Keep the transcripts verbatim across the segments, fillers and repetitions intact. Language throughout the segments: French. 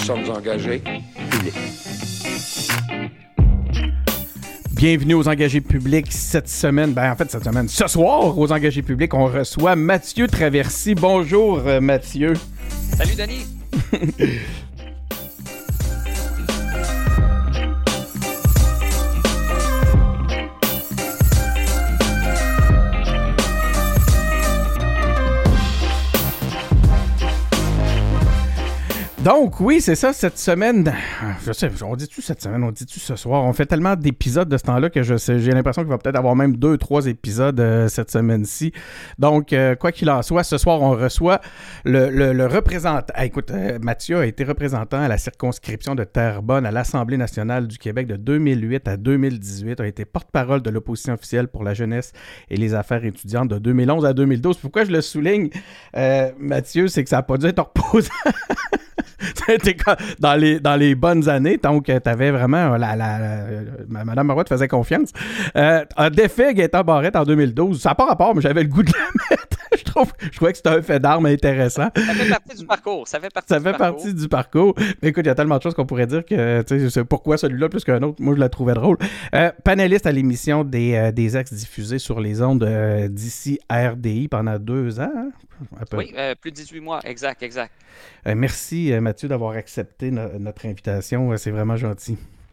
sommes engagés publics. Bienvenue aux engagés publics cette semaine. Ben, en fait, cette semaine, ce soir, aux engagés publics, on reçoit Mathieu Traversy. Bonjour, euh, Mathieu. Salut, Denis. Donc, oui, c'est ça, cette semaine. Je sais, on dit-tu cette semaine, on dit-tu ce soir? On fait tellement d'épisodes de ce temps-là que je sais, j'ai l'impression qu'il va peut-être avoir même deux, trois épisodes euh, cette semaine-ci. Donc, euh, quoi qu'il en soit, ce soir, on reçoit le, le, le représentant. Ah, écoute, euh, Mathieu a été représentant à la circonscription de Terrebonne à l'Assemblée nationale du Québec de deux mille huit à deux mille dix-huit. A été porte-parole de l'opposition officielle pour la jeunesse et les affaires étudiantes de deux mille onze à deux mille douze. Pourquoi je le souligne, euh, Mathieu, c'est que ça n'a pas dû être reposant. dans les dans les bonnes années, donc tu avais vraiment la, la, la Mme Marois te faisait confiance. Euh, a défait Gaétan Barrette en deux mille douze. Ça n'a pas rapport, mais j'avais le goût de la mettre. je trouve je trouvais que c'était un fait d'armes intéressant. Ça fait partie du parcours. Ça fait partie, ça du, fait parcours. partie du parcours. Mais écoute, il y a tellement de choses qu'on pourrait dire que tu sais, je sais pourquoi celui-là plus qu'un autre. Moi, je la trouvais drôle. Euh, panéliste à l'émission des, euh, des axes diffusés sur les ondes euh, d'ici R D I pendant deux ans. Hein? Oui, euh, plus de dix-huit mois, exact, exact. Euh, merci euh, Mathieu d'avoir accepté no- notre invitation, euh, c'est vraiment gentil.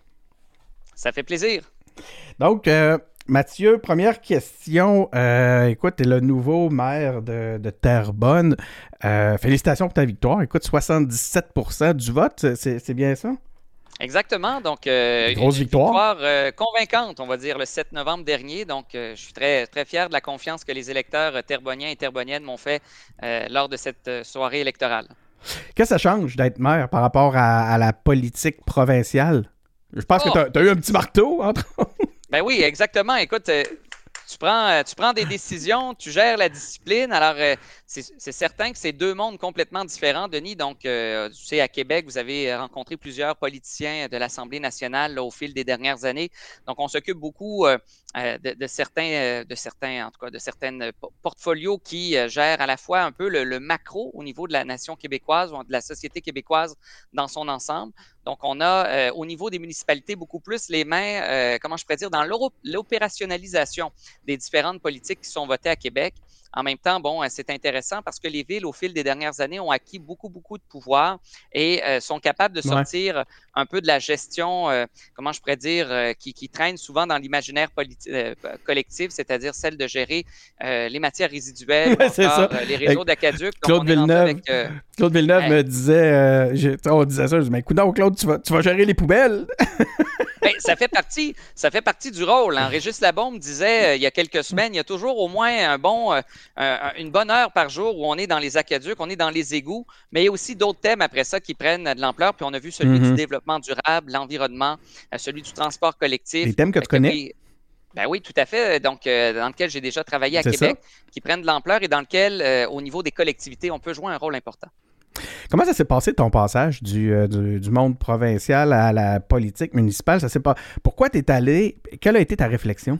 Ça fait plaisir. Donc, euh, Mathieu, première question. Euh, écoute, tu es le nouveau maire de, de Terrebonne. Euh, félicitations pour ta victoire. Écoute, soixante-dix-sept pour cent du vote, c'est, c'est bien ça? Exactement. Donc, euh, une grosse victoire, victoire euh, convaincante, on va dire, le sept novembre dernier. Donc, euh, je suis très, très fier de la confiance que les électeurs terrebonniens et terrebonniennes m'ont fait euh, lors de cette euh, soirée électorale. Qu'est-ce que ça change d'être maire par rapport à, à la politique provinciale? Je pense oh. que tu as eu un petit marteau entre autres. Ben oui, exactement. Écoute, euh, tu prends, euh, tu prends des décisions, tu gères la discipline. Alors, euh, c'est, c'est certain que c'est deux mondes complètement différents, Denis. Donc, euh, tu sais, à Québec, vous avez rencontré plusieurs politiciens de l'Assemblée nationale là, au fil des dernières années. Donc, on s'occupe beaucoup euh, de, de certains, euh, de certains, en tout cas, de certains portfolios qui euh, gèrent à la fois un peu le, le macro au niveau de la nation québécoise ou de la société québécoise dans son ensemble. Donc, on a euh, au niveau des municipalités beaucoup plus les mains, euh, comment je pourrais dire, dans l'opérationnalisation des différentes politiques qui sont votées à Québec. En même temps, bon, c'est intéressant parce que les villes, au fil des dernières années, ont acquis beaucoup, beaucoup de pouvoir et euh, sont capables de sortir ouais. un peu de la gestion, euh, comment je pourrais dire, euh, qui, qui traîne souvent dans l'imaginaire politi- euh, collectif, c'est-à-dire celle de gérer euh, les matières résiduelles, ouais, c'est encore, ça. Euh, les réseaux avec d'aqueducs. Claude Villeneuve, avec, euh, Claude Villeneuve euh, me disait, euh, je, on disait ça, je dis, mais écoute donc, Claude, tu vas, tu vas gérer les poubelles. Ben, ça fait partie, ça fait partie du rôle. Hein. Régis Labaume disait euh, il y a quelques semaines, il y a toujours au moins un bon, euh, un, une bonne heure par jour où on est dans les aqueducs, on est dans les égouts, mais il y a aussi d'autres thèmes après ça qui prennent de l'ampleur. Puis on a vu celui mm-hmm. du développement durable, l'environnement, euh, celui du transport collectif. Des thèmes que tu connais? Oui, ben oui, tout à fait. Donc, euh, dans lequel j'ai déjà travaillé à C'est Québec, ça. Qui prennent de l'ampleur et dans lequel, euh, au niveau des collectivités, on peut jouer un rôle important. Comment ça s'est passé ton passage du, euh, du, du monde provincial à la politique municipale? Ça s'est pas... Pourquoi tu es allé? Quelle a été ta réflexion?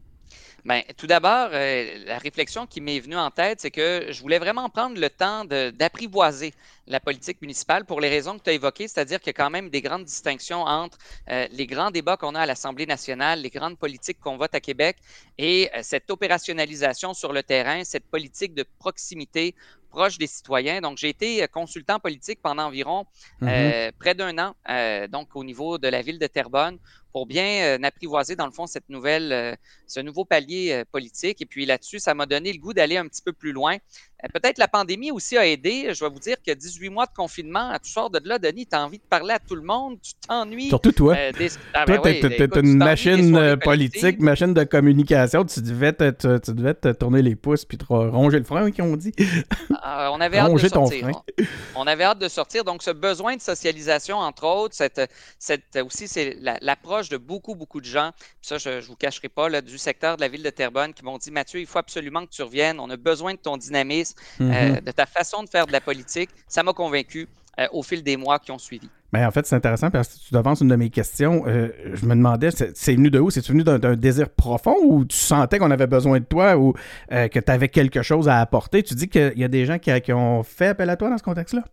Bien, tout d'abord, euh, la réflexion qui m'est venue en tête, c'est que je voulais vraiment prendre le temps de, d'apprivoiser la politique municipale pour les raisons que tu as évoquées, c'est-à-dire qu'il y a quand même des grandes distinctions entre euh, les grands débats qu'on a à l'Assemblée nationale, les grandes politiques qu'on vote à Québec et euh, cette opérationnalisation sur le terrain, cette politique de proximité proche des citoyens. Donc, j'ai été consultant politique pendant environ euh, mm-hmm. près d'un an, euh, donc au niveau de la ville de Terrebonne, pour bien euh, apprivoiser, dans le fond, cette nouvelle, euh, ce nouveau palier euh, politique. Et puis là-dessus, ça m'a donné le goût d'aller un petit peu plus loin. Euh, peut-être la pandémie aussi a aidé. Je vais vous dire que dix-huit mois de confinement, tu sors de là, Denis, tu as envie de parler à tout le monde, tu t'ennuies. Surtout toi. Euh, des... ah, toi, ben oui, t'es, t'es une machine politique, machine de communication. Tu devais te, te, tu devais te tourner les pouces puis te ronger le frein, comme on dit. Euh, on avait hâte de sortir. On, on avait hâte de sortir. Donc, ce besoin de socialisation, entre autres, cette, cette, aussi, c'est la, l'approche de beaucoup, beaucoup de gens. Puis ça, je ne vous cacherai pas, là, du secteur de la ville de Terrebonne qui m'ont dit, Mathieu, il faut absolument que tu reviennes. On a besoin de ton dynamisme, mm-hmm. euh, de ta façon de faire de la politique. Ça m'a convaincu euh, au fil des mois qui ont suivi. Ben, en fait, c'est intéressant parce que tu devances une de mes questions. Euh, je me demandais, c'est, c'est venu de où? C'est venu d'un, d'un désir profond ou tu sentais qu'on avait besoin de toi ou euh, que tu avais quelque chose à apporter? Tu dis qu'il y a des gens qui, qui ont fait appel à toi dans ce contexte-là?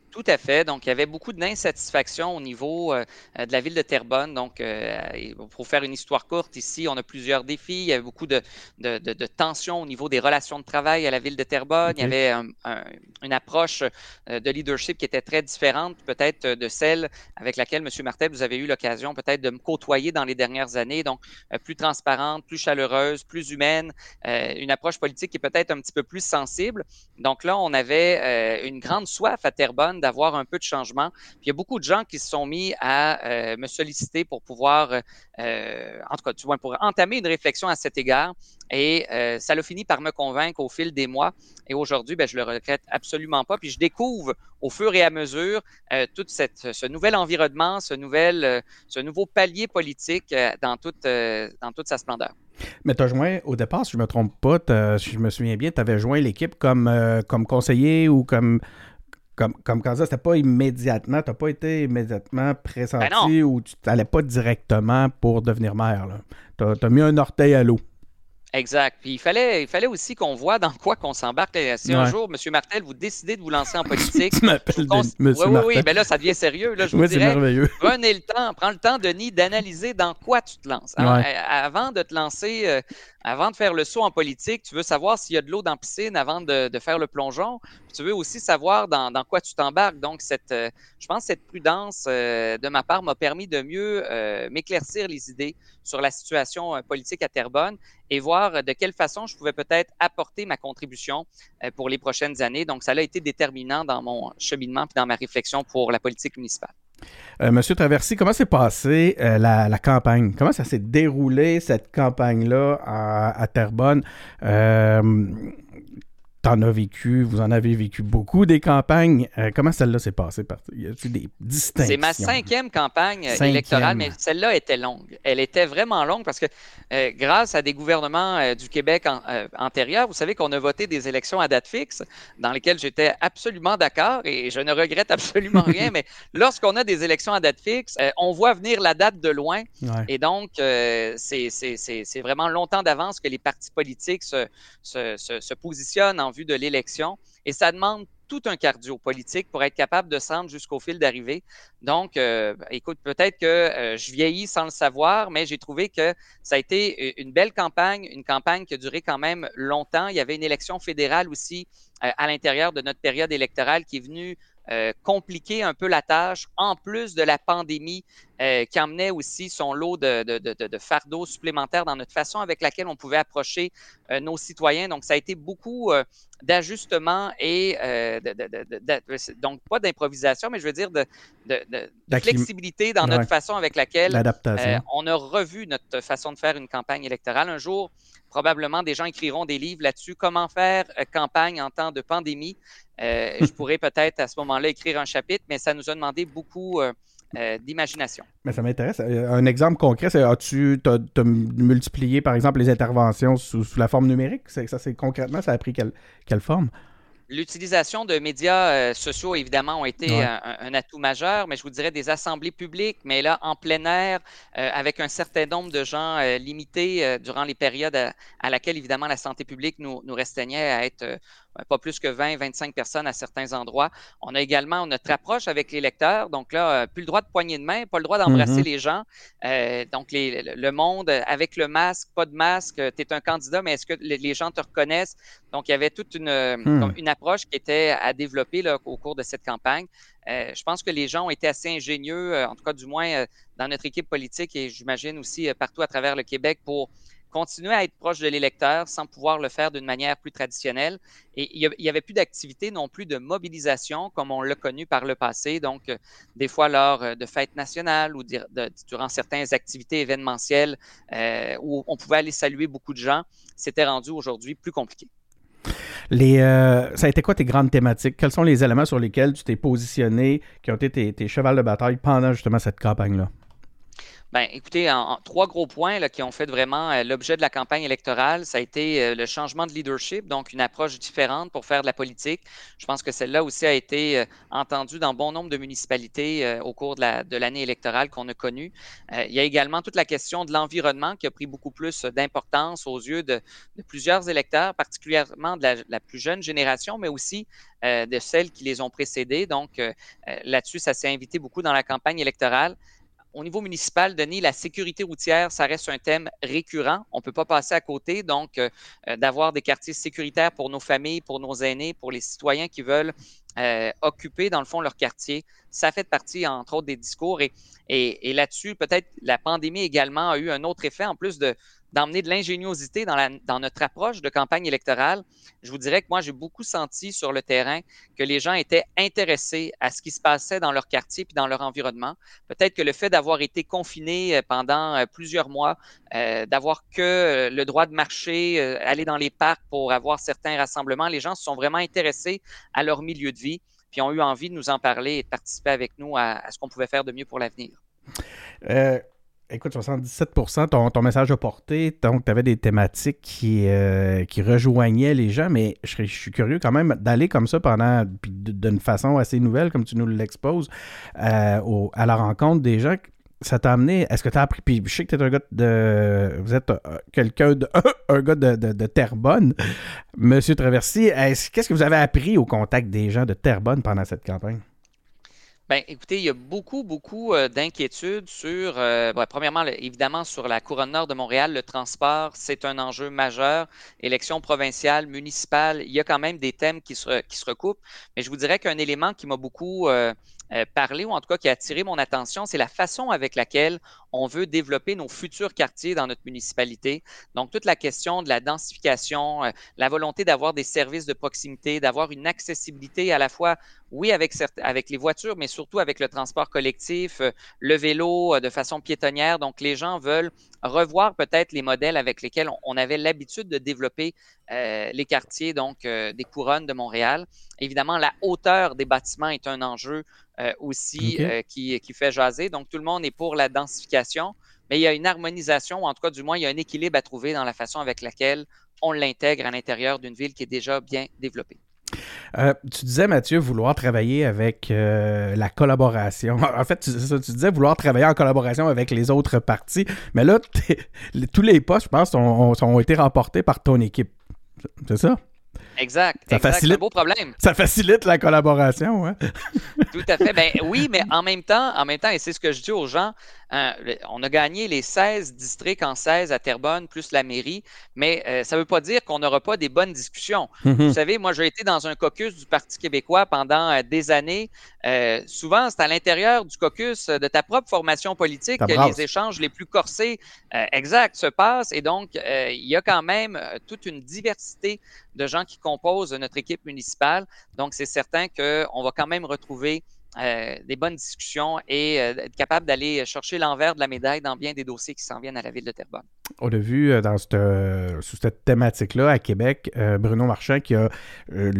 Tout à fait. Donc, il y avait beaucoup d'insatisfaction au niveau euh, de la ville de Terrebonne. Donc, euh, pour faire une histoire courte, ici, on a plusieurs défis. Il y avait beaucoup de, de, de, de tensions au niveau des relations de travail à la ville de Terrebonne. Okay. Il y avait un, un, une approche de leadership qui était très différente, peut-être de celle avec laquelle, M. Martel, vous avez eu l'occasion peut-être de me côtoyer dans les dernières années. Donc, euh, plus transparente, plus chaleureuse, plus humaine, euh, une approche politique qui est peut-être un petit peu plus sensible. Donc là, on avait euh, une grande soif à Terrebonne d'avoir un peu de changement. Puis il y a beaucoup de gens qui se sont mis à euh, me solliciter pour pouvoir, euh, en tout cas, tu vois, pour entamer une réflexion à cet égard. Et euh, ça l'a fini par me convaincre au fil des mois. Et aujourd'hui, ben, je le regrette absolument pas. Puis je découvre au fur et à mesure euh, tout cette, ce nouvel environnement, ce, nouvel, euh, ce nouveau palier politique euh, dans, toute, euh, dans toute sa splendeur. Mais tu as joint, au départ, si je ne me trompe pas, si je me souviens bien, tu avais joint l'équipe comme, euh, comme conseiller ou comme... Comme, comme candidat, c'était pas immédiatement, tu n'as pas été immédiatement pressenti ben ou tu n'allais pas directement pour devenir maire. Tu as mis un orteil à l'eau. Exact. Puis il fallait, il fallait aussi qu'on voit dans quoi qu'on s'embarque. Si ouais. un jour, M. Martel, vous décidez de vous lancer en politique... tu m'appelles cons... M. Oui, oui, oui. Ben là, ça devient sérieux. Là, je oui, vous dirais, merveilleux. Prenez le temps, prends le temps, Denis, d'analyser dans quoi tu te lances. Hein? Ouais. Avant de te lancer, euh, avant de faire le saut en politique, tu veux savoir s'il y a de l'eau dans la piscine avant de, de faire le plongeon. Puis tu veux aussi savoir dans, dans quoi tu t'embarques. Donc, cette, euh, je pense que cette prudence euh, de ma part m'a permis de mieux euh, m'éclaircir les idées sur la situation euh, politique à Terrebonne et voir de quelle façon je pouvais peut-être apporter ma contribution euh, pour les prochaines années. Donc, ça a été déterminant dans mon cheminement et dans ma réflexion pour la politique municipale. Euh, Monsieur Traversy, comment s'est passée euh, la, la campagne? Comment ça s'est déroulé, cette campagne-là, à, à Terrebonne? Euh, T'en as vécu, vous en avez vécu beaucoup des campagnes. Euh, comment celle-là s'est passée? Y a-t-il des distinctions? C'est ma cinquième campagne cinquième. électorale, mais celle-là était longue. Elle était vraiment longue parce que euh, grâce à des gouvernements euh, du Québec en, euh, antérieurs, vous savez qu'on a voté des élections à date fixe dans lesquelles j'étais absolument d'accord et je ne regrette absolument rien, mais lorsqu'on a des élections à date fixe, euh, on voit venir la date de loin ouais. et donc euh, c'est, c'est, c'est, c'est vraiment longtemps d'avance que les partis politiques se, se, se, se positionnent en vue de l'élection et ça demande tout un cardio politique pour être capable de se rendre jusqu'au fil d'arrivée. Donc, euh, écoute, peut-être que euh, je vieillis sans le savoir, mais j'ai trouvé que ça a été une belle campagne, une campagne qui a duré quand même longtemps. Il y avait une élection fédérale aussi euh, à l'intérieur de notre période électorale qui est venue Euh, compliquer un peu la tâche, en plus de la pandémie euh, qui emmenait aussi son lot de, de, de, de fardeaux supplémentaires dans notre façon avec laquelle on pouvait approcher euh, nos citoyens. Donc, ça a été beaucoup euh, d'ajustements et euh, de, de, de, de, de, donc pas d'improvisation, mais je veux dire de, de, de, de flexibilité dans notre ouais. façon avec laquelle euh, on a revu notre façon de faire une campagne électorale. Un jour, probablement, des gens écriront des livres là-dessus. Comment faire euh, campagne en temps de pandémie? Euh, je pourrais peut-être à ce moment-là écrire un chapitre, mais ça nous a demandé beaucoup euh, euh, d'imagination. Mais ça m'intéresse. Un exemple concret, c'est as-tu t'as, t'as multiplié, par exemple, les interventions sous, sous la forme numérique? C'est, ça, c'est concrètement, ça a pris quelle, quelle forme? L'utilisation de médias euh, sociaux, évidemment, ont été ouais. un, un atout majeur, mais je vous dirais des assemblées publiques, mais là, en plein air, euh, avec un certain nombre de gens euh, limités euh, durant les périodes à, à laquelle, évidemment, la santé publique nous, nous restreignait à être euh, pas plus que vingt à vingt-cinq personnes à certains endroits. On a également notre approche avec les lecteurs, donc là, plus le droit de poignée de main, pas le droit d'embrasser mm-hmm. les gens. Euh, donc, les, le monde avec le masque, pas de masque, tu es un candidat, mais est-ce que les gens te reconnaissent? Donc, il y avait toute une, mm. une approche qui était à développer là, au cours de cette campagne. Euh, je pense que les gens ont été assez ingénieux, euh, en tout cas du moins euh, dans notre équipe politique et j'imagine aussi euh, partout à travers le Québec pour continuer à être proche de l'électeur sans pouvoir le faire d'une manière plus traditionnelle. Et il n'y avait plus d'activité non plus de mobilisation comme on l'a connu par le passé. Donc, euh, des fois lors de fêtes nationales ou de, de, durant certaines activités événementielles euh, où on pouvait aller saluer beaucoup de gens, c'était rendu aujourd'hui plus compliqué. Les, euh, ça a été quoi tes grandes thématiques? Quels sont les éléments sur lesquels tu t'es positionné, qui ont été tes, tes chevals de bataille pendant justement cette campagne-là? Ben, écoutez, en, en- trois gros points là, qui ont fait vraiment euh, l'objet de la campagne électorale, ça a été euh, le changement de leadership, donc une approche différente pour faire de la politique. Je pense que celle-là aussi a été euh, entendue dans bon nombre de municipalités euh, au cours de la, de l'année électorale qu'on a connue. Euh, il y a également toute la question de l'environnement qui a pris beaucoup plus d'importance aux yeux de, de plusieurs électeurs, particulièrement de la, la plus jeune génération, mais aussi euh, de celles qui les ont précédées. Donc, euh, euh, là-dessus, ça s'est invité beaucoup dans la campagne électorale. Au niveau municipal, Denis, la sécurité routière, ça reste un thème récurrent. On ne peut pas passer à côté. Donc, euh, d'avoir des quartiers sécuritaires pour nos familles, pour nos aînés, pour les citoyens qui veulent euh, occuper, dans le fond, leur quartier, ça fait partie, entre autres, des discours. Et, et, et là-dessus, peut-être la pandémie également a eu un autre effet, en plus de d'emmener de l'ingéniosité dans, la, dans notre approche de campagne électorale. Je vous dirais que moi, j'ai beaucoup senti sur le terrain que les gens étaient intéressés à ce qui se passait dans leur quartier puis dans leur environnement. Peut-être que le fait d'avoir été confinés pendant plusieurs mois, euh, d'avoir que le droit de marcher, euh, aller dans les parcs pour avoir certains rassemblements, les gens se sont vraiment intéressés à leur milieu de vie puis ont eu envie de nous en parler et de participer avec nous à, à ce qu'on pouvait faire de mieux pour l'avenir. Euh... Écoute, soixante-dix-sept pour cent, ton, ton message a porté, donc tu avais des thématiques qui, euh, qui rejoignaient les gens, mais je, je suis curieux quand même d'aller comme ça pendant, puis d'une façon assez nouvelle, comme tu nous l'exposes, euh, au, à la rencontre des gens. Ça t'a amené, est-ce que tu as appris, puis je sais que tu es un gars de, vous êtes euh, quelqu'un de, un gars de, de, de Terrebonne, Monsieur Traversy, est-ce, qu'est-ce que vous avez appris au contact des gens de Terrebonne pendant cette campagne? Bien, écoutez, il y a beaucoup, beaucoup euh, d'inquiétudes sur, euh, ben, premièrement, le- évidemment, sur la couronne nord de Montréal, le transport, c'est un enjeu majeur. Élections provinciales, municipales, il y a quand même des thèmes qui se, qui se recoupent. Mais je vous dirais qu'un élément qui m'a beaucoup euh, euh, parlé, ou en tout cas qui a attiré mon attention, c'est la façon avec laquelle on veut développer nos futurs quartiers dans notre municipalité. Donc, toute la question de la densification, euh, la volonté d'avoir des services de proximité, d'avoir une accessibilité à la fois, oui, avec, certes- avec les voitures, mais surtout avec le transport collectif, euh, le vélo euh, de façon piétonnière. Donc, les gens veulent revoir peut-être les modèles avec lesquels on, on avait l'habitude de développer euh, les quartiers, donc euh, des couronnes de Montréal. Évidemment, la hauteur des bâtiments est un enjeu euh, aussi OK. euh, qui, qui fait jaser. Donc, tout le monde est pour la densification, mais il y a une harmonisation, ou en tout cas, du moins, il y a un équilibre à trouver dans la façon avec laquelle on l'intègre à l'intérieur d'une ville qui est déjà bien développée. Euh, tu disais, Mathieu, vouloir travailler avec euh, la collaboration. En fait, tu, ça, tu disais vouloir travailler en collaboration avec les autres partis. Mais là, tous les postes, je pense, ont, ont été remportés par ton équipe. C'est ça? Exact. Ça exact. facilite, c'est un beau problème. Ça facilite la collaboration, hein? Tout à fait. Ben oui, mais en même temps, en même temps, et c'est ce que je dis aux gens, hein, on a gagné les seize districts en seize à Terrebonne, plus la mairie, mais euh, ça ne veut pas dire qu'on n'aura pas des bonnes discussions. Mm-hmm. Vous savez, moi, j'ai été dans un caucus du Parti québécois pendant euh, des années. Euh, souvent, c'est à l'intérieur du caucus de ta propre formation politique que les échanges les plus corsés, euh, exact, se passent. Et donc, euh, il y a quand même euh, toute une diversité de gens qui composent notre équipe municipale. Donc, c'est certain qu'on va quand même retrouver euh, des bonnes discussions et euh, être capable d'aller chercher l'envers de la médaille dans bien des dossiers qui s'en viennent à la ville de Terrebonne. On a vu euh, dans cette, euh, sous cette thématique-là à Québec, euh, Bruno Marchand qui a euh,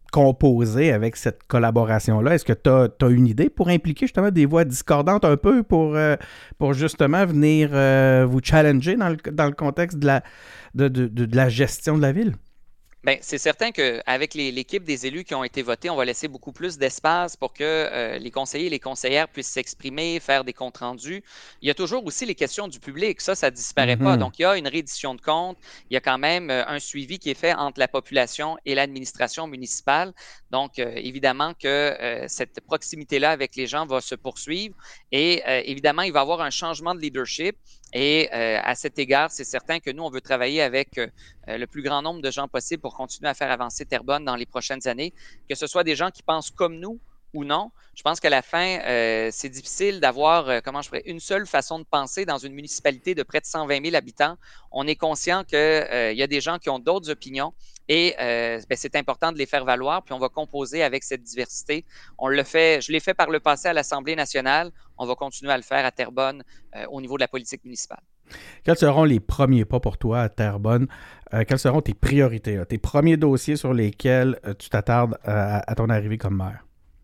composé avec cette collaboration-là. Est-ce que tu as une idée pour impliquer justement des voix discordantes un peu pour, euh, pour justement venir euh, vous challenger dans le, dans le contexte de la, de, de, de, de la gestion de la ville? Bien, c'est certain qu'avec l'équipe des élus qui ont été votés, on va laisser beaucoup plus d'espace pour que euh, les conseillers et les conseillères puissent s'exprimer, faire des comptes rendus. Il y a toujours aussi les questions du public. Ça, ça ne disparaît mm-hmm. pas. Donc, il y a une reddition de comptes. Il y a quand même euh, un suivi qui est fait entre la population et l'administration municipale. Donc, euh, évidemment que euh, cette proximité-là avec les gens va se poursuivre. Et euh, évidemment, il va y avoir un changement de leadership. Et euh, à cet égard, c'est certain que nous, on veut travailler avec euh, le plus grand nombre de gens possible pour continuer à faire avancer Terrebonne dans les prochaines années, que ce soit des gens qui pensent comme nous ou non. Je pense qu'à la fin, euh, c'est difficile d'avoir, euh, comment je pourrais, une seule façon de penser dans une municipalité de près de cent vingt mille habitants. On est conscient qu'il euh, y a des gens qui ont d'autres opinions et euh, ben, c'est important de les faire valoir, puis on va composer avec cette diversité. On le fait, je l'ai fait par le passé à l'Assemblée nationale, on va continuer à le faire à Terrebonne euh, au niveau de la politique municipale. Quels seront les premiers pas pour toi à Terrebonne? Euh, quelles seront tes priorités, là, tes premiers dossiers sur lesquels euh, tu t'attardes à, à ton arrivée comme maire?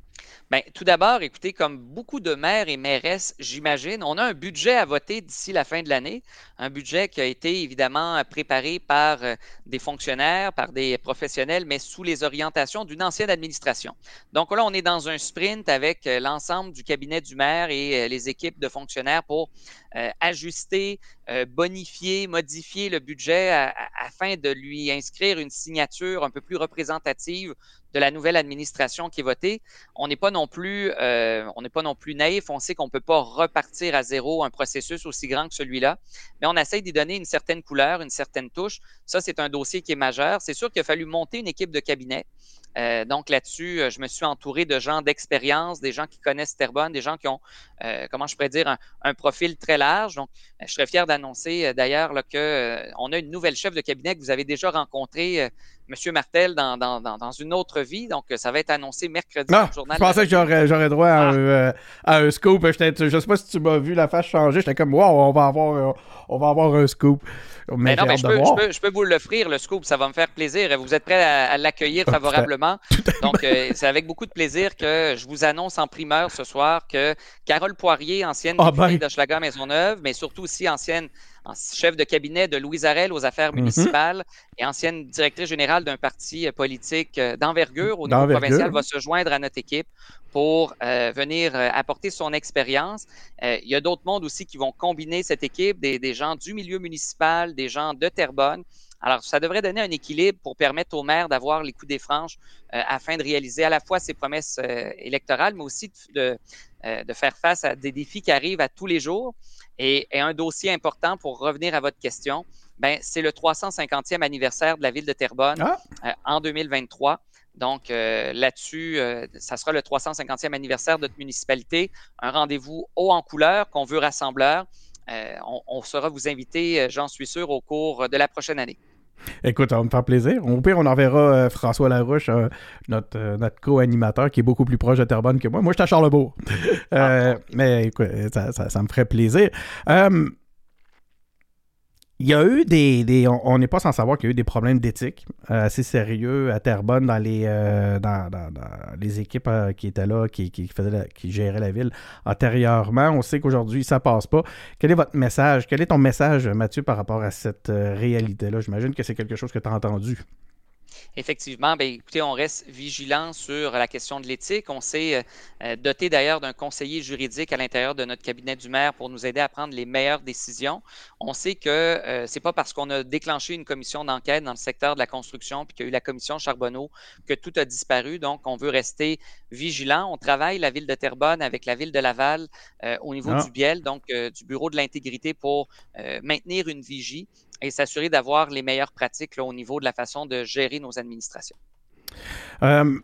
Bien, tout d'abord, écoutez, comme beaucoup de maires et mairesses, j'imagine, on a un budget à voter d'ici la fin de l'année, un budget qui a été évidemment préparé par euh, des fonctionnaires, par des professionnels, mais sous les orientations d'une ancienne administration. Donc là, on est dans un sprint avec euh, l'ensemble du cabinet du maire et euh, les équipes de fonctionnaires pour euh, ajuster, euh, bonifier, modifier le budget à- à- afin de lui inscrire une signature un peu plus représentative de la nouvelle administration qui est votée. On n'est pas non plus, euh, on n'est pas non plus naïf. On sait qu'on ne peut pas repartir à zéro un processus aussi grand que celui-là, mais on essaie d'y donner une certaine couleur, une certaine touche. Ça, c'est un dossier qui est majeur. C'est sûr qu'il a fallu monter une équipe de cabinet. Euh, donc là-dessus, je me suis entouré de gens d'expérience, des gens qui connaissent Terrebonne, des gens qui ont, euh, comment je pourrais dire, un, un profil très large. Donc, je serais fier d'annoncer euh, d'ailleurs là, que euh, on a une nouvelle chef de cabinet que vous avez déjà rencontrée, euh, M. Martel, dans, dans, dans, dans une autre vie. Donc, ça va être annoncé mercredi Non, dans le journal. je pensais que j'aurais, j'aurais droit à, Ah. un, euh, à un scoop. J'étais, je sais pas si tu m'as vu la face changer. J'étais comme, wow, on va avoir, euh, on va avoir un scoop. Mais, Mais non, j'ai mais hâte je de peux, je, voir. peux, je peux vous l'offrir, le scoop. Ça va me faire plaisir. Vous êtes prêts à, à l'accueillir Tout à- favorablement. Donc, euh, c'est avec beaucoup de plaisir que je vous annonce en primeur ce soir que Carole Poirier, ancienne Ah, députée ben. d'Hochelaga-Maisonneuve, mais surtout aussi ancienne en- chef de cabinet de Louise Arel aux affaires Mhm. municipales et ancienne directrice générale d'un parti euh, politique euh, d'envergure au niveau D'envergure. provincial, va se joindre à notre équipe pour euh, venir euh, apporter son expérience. Euh, il y a d'autres mondes aussi qui vont combiner cette équipe, des, des gens du milieu municipal, des gens de Terrebonne. Alors, ça devrait donner un équilibre pour permettre au maire d'avoir les coups des franches euh, afin de réaliser à la fois ses promesses euh, électorales, mais aussi de, de, euh, de faire face à des défis qui arrivent à tous les jours. Et, et un dossier important pour revenir à votre question, ben, c'est le trois cent cinquantième anniversaire de la ville de Terrebonne Ah. euh, en deux mille vingt-trois. Donc, euh, là-dessus, euh, ça sera le trois cent cinquantième anniversaire de notre municipalité, un rendez-vous haut en couleur qu'on veut rassembleur. Euh, on, on saura vous inviter, j'en suis sûr, au cours de la prochaine année. Écoute, ça va me faire plaisir. Au pire, on enverra euh, François Larouche, euh, notre, euh, notre co-animateur, qui est beaucoup plus proche de Terrebonne que moi. Moi, je suis à Charlebourg. euh, Ah, mais écoute, ça, ça, ça me ferait plaisir. Euh, Il y a eu des... des on n'est pas sans savoir qu'il y a eu des problèmes d'éthique euh, assez sérieux à Terrebonne dans les, euh, dans, dans, dans les équipes euh, qui étaient là, qui, qui, faisaient la, qui géraient la ville antérieurement. On sait qu'aujourd'hui, ça passe pas. Quel est votre message? Quel est ton message, Mathieu, par rapport à cette euh, réalité-là? J'imagine que c'est quelque chose que tu as entendu. Effectivement, bien, écoutez, on reste vigilant sur la question de l'éthique. On s'est euh, doté d'ailleurs d'un conseiller juridique à l'intérieur de notre cabinet du maire pour nous aider à prendre les meilleures décisions. On sait que euh, c'est pas parce qu'on a déclenché une commission d'enquête dans le secteur de la construction puis qu'il y a eu la commission Charbonneau que tout a disparu. Donc, on veut rester vigilant. On travaille la ville de Terrebonne avec la ville de Laval euh, au niveau Ah. du B I E L, donc euh, du Bureau de l'intégrité pour euh, maintenir une vigie et s'assurer d'avoir les meilleures pratiques là, au niveau de la façon de gérer nos administrations. Euh,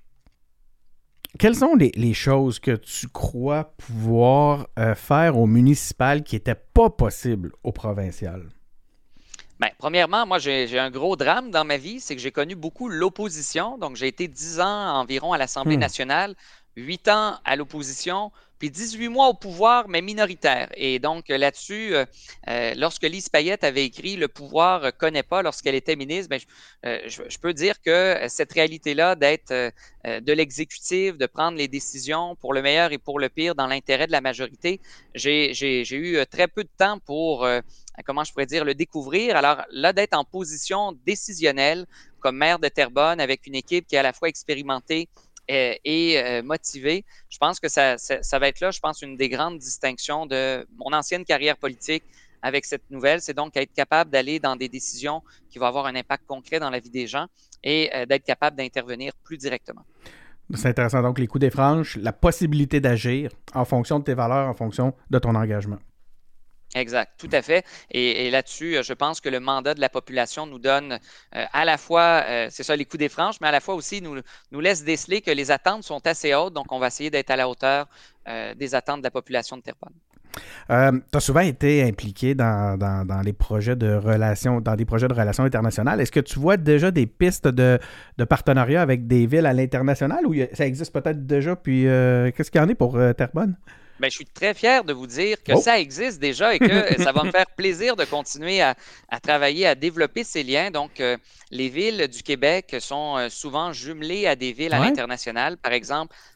quelles sont les, les choses que tu crois pouvoir euh, faire au municipal qui n'étaient pas possibles au provincial? Bien, premièrement, moi, j'ai, j'ai un gros drame dans ma vie, c'est que j'ai connu beaucoup l'opposition. Donc, j'ai été dix ans environ à l'Assemblée Hmm. nationale, huit ans à l'opposition, puis dix-huit mois au pouvoir, mais minoritaire. Et donc, euh, là-dessus, euh, euh, lorsque Lise Payette avait écrit « Le pouvoir ne connaît pas » lorsqu'elle était ministre, bien, je, euh, je, je peux dire que euh, cette réalité-là d'être euh, euh, de l'exécutif, de prendre les décisions pour le meilleur et pour le pire dans l'intérêt de la majorité, j'ai, j'ai, j'ai eu euh, très peu de temps pour... Euh, comment je pourrais dire, le découvrir. Alors là, d'être en position décisionnelle comme maire de Terrebonne avec une équipe qui est à la fois expérimentée et, et euh, motivée, je pense que ça, ça, ça va être là, je pense, une des grandes distinctions de mon ancienne carrière politique avec cette nouvelle. C'est donc être capable d'aller dans des décisions qui vont avoir un impact concret dans la vie des gens et euh, d'être capable d'intervenir plus directement. C'est intéressant. Donc, les coups des franches, la possibilité d'agir en fonction de tes valeurs, en fonction de ton engagement. Exact, tout à fait. Et, et là-dessus, je pense que le mandat de la population nous donne euh, à la fois, euh, c'est ça, les coups des franches, mais à la fois aussi nous, nous laisse déceler que les attentes sont assez hautes. Donc, on va essayer d'être à la hauteur euh, des attentes de la population de Terrebonne. Euh, tu as souvent été impliqué dans, dans, dans les projets de relations, dans des projets de relations internationales. Est-ce que tu vois déjà des pistes de, de partenariat avec des villes à l'international ou ça existe peut-être déjà? Puis, euh, qu'est-ce qu'il y en est pour euh, Terrebonne? Bien, je suis très fier de vous dire que oh. ça existe déjà et que ça va me faire plaisir de continuer à, à travailler, à développer ces liens. Donc, euh, les villes du Québec sont euh, souvent jumelées à des villes à ouais. l'international. Par exemple,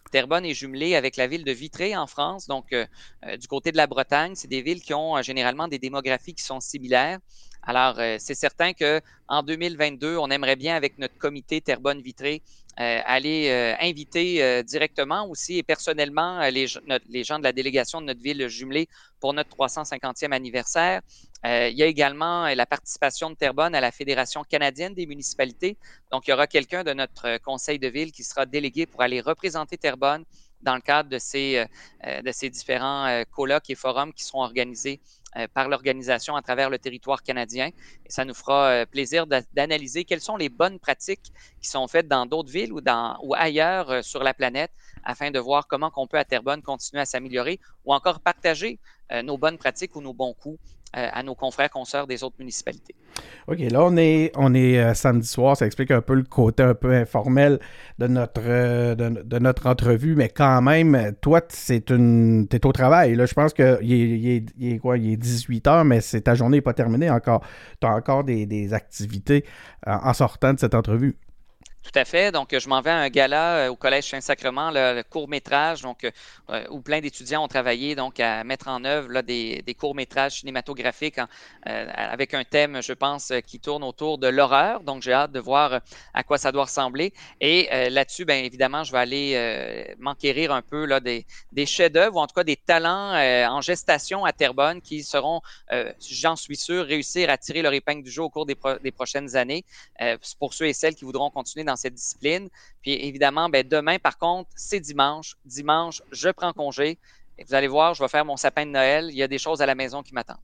Terrebonne est jumelée avec la ville de Vitré en France, donc euh, euh, du côté de la Bretagne. C'est des villes qui ont euh, généralement des démographies qui sont similaires. Alors, euh, c'est certain qu'en deux mille vingt-deux, on aimerait bien, avec notre comité Terrebonne-Vitré, euh, aller euh, inviter euh, directement aussi et personnellement euh, les, notre, les gens de la délégation de notre ville jumelée pour notre trois cent cinquantième anniversaire. Euh, il y a également euh, la participation de Terrebonne à la Fédération canadienne des municipalités. Donc, il y aura quelqu'un de notre conseil de ville qui sera délégué pour aller représenter Terrebonne dans le cadre de ces, euh, de ces différents euh, colloques et forums qui seront organisés euh, par l'organisation à travers le territoire canadien. Et ça nous fera euh, plaisir d'analyser quelles sont les bonnes pratiques qui sont faites dans d'autres villes ou, dans, ou ailleurs euh, sur la planète afin de voir comment on peut à Terrebonne continuer à s'améliorer ou encore partager euh, nos bonnes pratiques ou nos bons coups euh, à nos confrères, consoeurs des autres municipalités. OK, là, on est, on est euh, samedi soir. Ça explique un peu le côté un peu informel de notre, euh, de, de notre entrevue, mais quand même, toi, c'est une, t'es au travail. Là, je pense qu'il est, il est, il est, quoi, il est dix-huit heures, mais c'est, ta journée n'est pas terminée encore. Tu as encore des, des activités euh, en sortant de cette entrevue. Tout à fait. Donc, je m'en vais à un gala euh, au Collège Saint-Sacrement, le, le court-métrage, donc, euh, où plein d'étudiants ont travaillé donc, à mettre en œuvre là, des, des courts-métrages cinématographiques en, euh, avec un thème, je pense, qui tourne autour de l'horreur. Donc, j'ai hâte de voir à quoi ça doit ressembler. Et euh, là-dessus, bien évidemment, je vais aller euh, m'enquérir un peu là, des, des chefs-d'œuvre ou en tout cas des talents euh, en gestation à Terrebonne qui seront, euh, j'en suis sûr, réussir à tirer leur épingle du jeu au cours des, pro- des prochaines années. Euh, pour ceux et celles qui voudront continuer dans cette discipline. Puis évidemment, ben, demain, par contre, c'est dimanche. Dimanche, je prends congé. Et vous allez voir, je vais faire mon sapin de Noël. Il y a des choses à la maison qui m'attendent.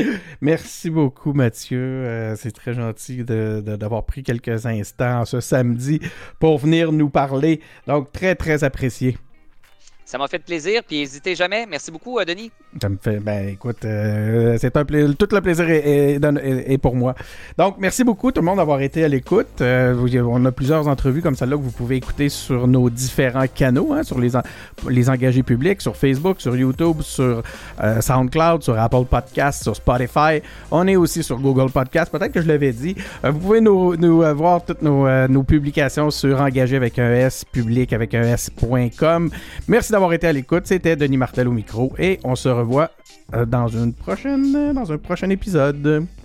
Merci beaucoup, Mathieu. Euh, c'est très gentil de, de, d'avoir pris quelques instants ce samedi pour venir nous parler. Donc, très, très apprécié. Ça m'a fait plaisir, puis n'hésitez jamais. Merci beaucoup, Denis. Ça me fait, ben écoute, euh, c'est un plaisir, tout le plaisir est, est, est, est pour moi. Donc, merci beaucoup tout le monde d'avoir été à l'écoute. Euh, on a plusieurs entrevues comme celle-là que vous pouvez écouter sur nos différents canaux, hein, sur les, en, les engagés publics, sur Facebook, sur YouTube, sur euh, SoundCloud, sur Apple Podcasts, sur Spotify. On est aussi sur Google Podcasts, peut-être que je l'avais dit. Euh, vous pouvez nous, nous euh, voir toutes nos, euh, nos publications sur engagé avec un S, public avec un S point com. Merci d'avoir été à l'écoute. C'était Denis Martel au micro et on se revoit dans une prochaine, dans un prochain épisode.